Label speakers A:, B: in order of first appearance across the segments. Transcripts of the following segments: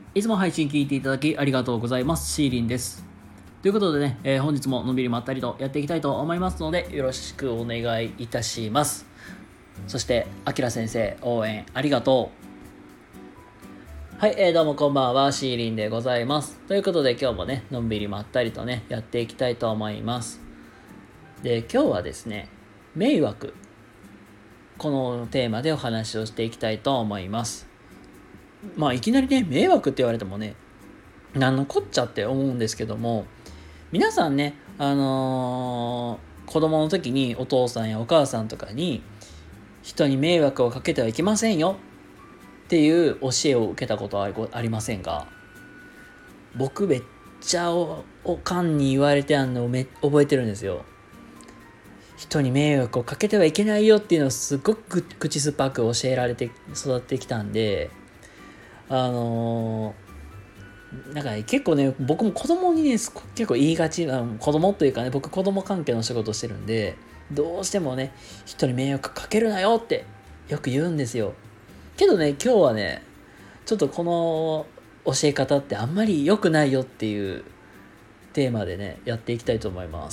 A: いつも配信聞いていただきありがとうございます。シーリンです。ということでね、本日ものんびりまったりとやっていきたいと思いますので、よろしくお願いいたします。そして、あきら先生、応援ありがとう。はい、どうもこんばんは、シーリンでございます。ということで今日もね、のんびりまったりとね、やっていきたいと思います。で、今日はですね、迷惑。このテーマでお話をしていきたいと思います。いきなりね、迷惑って言われてもね、なんのこっちゃって思うんですけども、皆さんね、子供の時にお父さんやお母さんとかに人に迷惑をかけてはいけませんよっていう教えを受けたことはありませんか？僕めっちゃおかんに言われて覚えてるんですよ。人に迷惑をかけてはいけないよっていうのをすごく口酸っぱく教えられて育ってきたんで、なんかね、結構ね、僕も子供にね、結構言いがち、子供というかね、僕子供関係の仕事してるんで、どうしてもね、人に迷惑かけるなよってよく言うんですよ。けどね、今日はね、ちょっとこの教え方ってあんまり良くないよっていうテーマでね、やっていきたいと思います。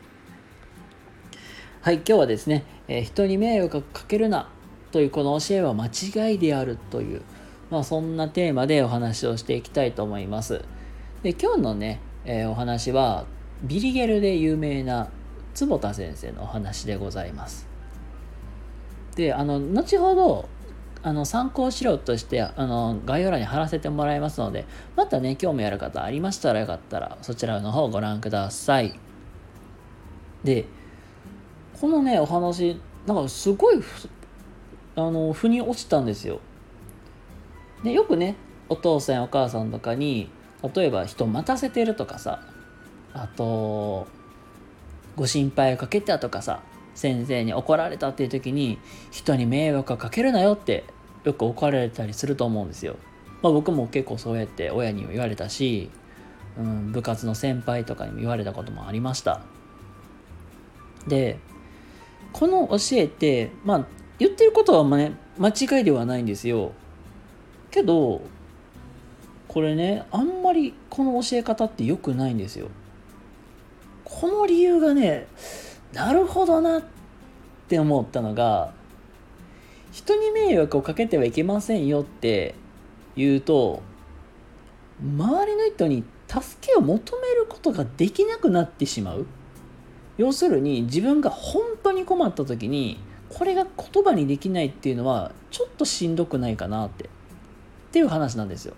A: はい、今日はですね、人に迷惑かけるなというこの教えは間違いであるという、そんなテーマでお話をしていきたいと思います。で、今日のね、お話はビリゲルで有名な坪田先生のお話でございます。で、後ほど参考資料として概要欄に貼らせてもらいますので、またね、興味ある方ありましたらよかったらそちらの方をご覧ください。で、このねお話なんかすごい腑に落ちたんですよ。で、よくね、お父さんお母さんとかに例えば人待たせてるとかさ、あとご心配をかけたとかさ、先生に怒られたっていう時に人に迷惑をかけるなよってよく怒られたりすると思うんですよ。僕も結構そうやって親にも言われたし、部活の先輩とかにも言われたこともありました。で、この教えって言ってることは間違いではないんですよ。けどこれね、あんまりこの教え方って良くないんですよ。この理由がね、なるほどなって思ったのが、人に迷惑をかけてはいけませんよって言うと、周りの人に助けを求めることができなくなってしまう。要するに自分が本当に困った時にこれが言葉にできないっていうのはちょっとしんどくないかなっていう話なんですよ。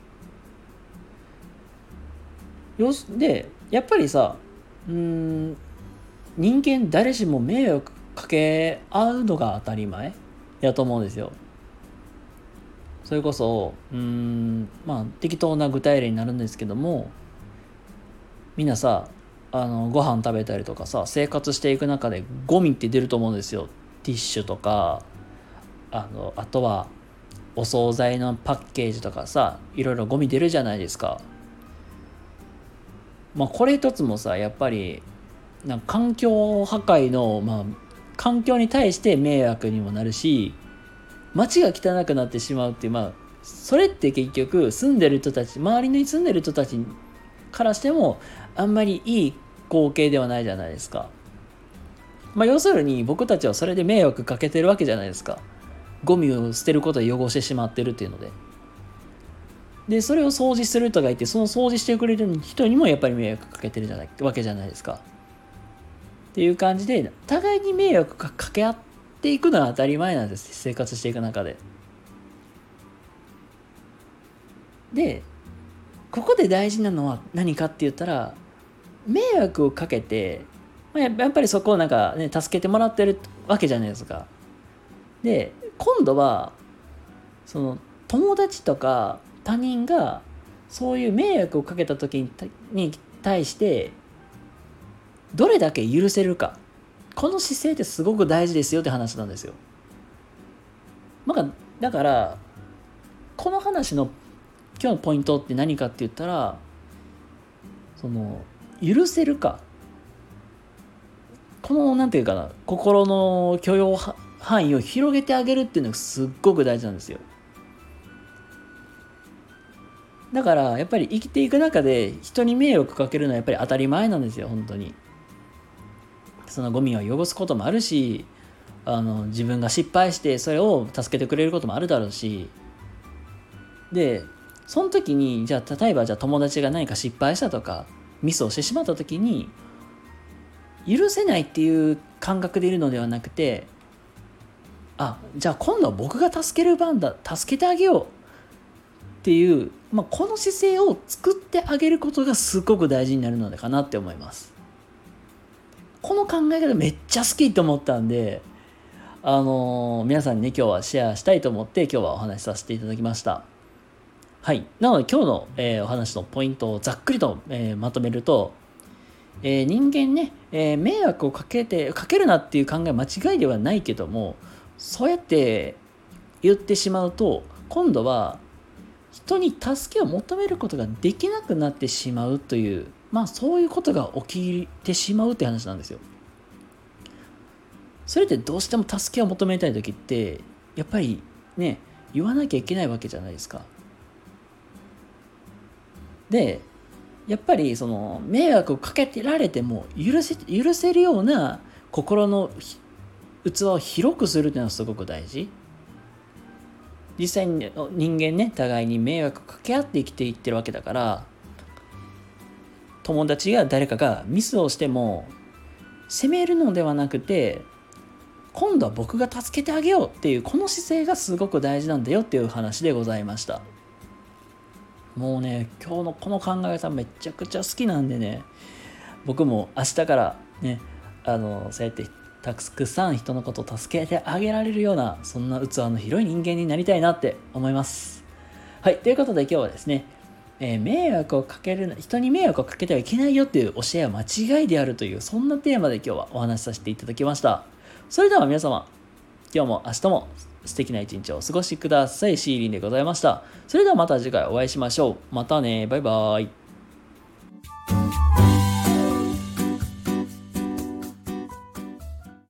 A: で、やっぱりさ、人間誰しも迷惑かけ合うのが当たり前やと思うんですよ。それこそ適当な具体例になるんですけども、みんなさ、ご飯食べたりとかさ、生活していく中でゴミって出ると思うんですよ。ティッシュとか、あとはお惣菜のパッケージとかさ、いろいろゴミ出るじゃないですか。これ一つもさ、やっぱり環境破壊の、環境に対して迷惑にもなるし、街が汚くなってしまうっていう、それって結局住んでる人たち、周りに住んでる人たちからしてもあんまりいい光景ではないじゃないですか。要するに僕たちはそれで迷惑かけてるわけじゃないですか。ゴミを捨てることで汚してしまってるっていうので。で、それを掃除する人がいて、その掃除してくれる人にもやっぱり迷惑かけてるわけじゃないですか。っていう感じで、互いに迷惑かけ合っていくのは当たり前なんです。生活していく中で。で、ここで大事なのは何かって言ったら、迷惑をかけて、やっぱりそこを助けてもらってるわけじゃないですか。で、今度はその友達とか他人がそういう迷惑をかけた時に対してどれだけ許せるか、この姿勢ってすごく大事ですよって話なんですよ。だからこの話の今日のポイントって何かって言ったら、その許せるか、このなんていうかな、心の許容範囲を広げてあげるっていうのがすっごく大事なんですよ。 だからやっぱり生きていく中で人に迷惑かけるのはやっぱり当たり前なんですよ。本当にそのゴミを汚すこともあるし、自分が失敗してそれを助けてくれることもあるだろうし、でその時にじゃあ例えば友達が何か失敗したとかミスをしてしまった時に許せないっていう感覚でいるのではなくて、じゃあ今度は僕が助ける番だ、助けてあげようっていう、この姿勢を作ってあげることがすごく大事になるのかなって思います。この考え方めっちゃ好きと思ったんで、皆さんにね今日はシェアしたいと思って今日はお話しさせていただきました。はい、なので今日の、お話のポイントをざっくりと、まとめると、人間ね、迷惑をかけるなっていう考え間違いではないけども、そうやって言ってしまうと今度は人に助けを求めることができなくなってしまうという、そういうことが起きてしまうって話なんですよ。それってどうしても助けを求めたい時ってやっぱりね言わなきゃいけないわけじゃないですか。でやっぱりその迷惑をかけてられても許せるような心の器を広くするっていうのはすごく大事。実際に人間ね互いに迷惑をかけ合って生きていってるわけだから、友達が誰かがミスをしても責めるのではなくて今度は僕が助けてあげようっていうこの姿勢がすごく大事なんだよっていう話でございました。もうね今日のこの考え方めちゃくちゃ好きなんでね、僕も明日からねそうやってたくさん人のことを助けてあげられるようなそんな器の広い人間になりたいなって思います。はい、ということで今日はですね、迷惑をかける人に迷惑をかけてはいけないよっていう教えは間違いであるというそんなテーマで今日はお話しさせていただきました。それでは皆様今日も明日も素敵な一日をお過ごしください。シーリンでございました。それではまた次回お会いしましょう。またね、バイバイ。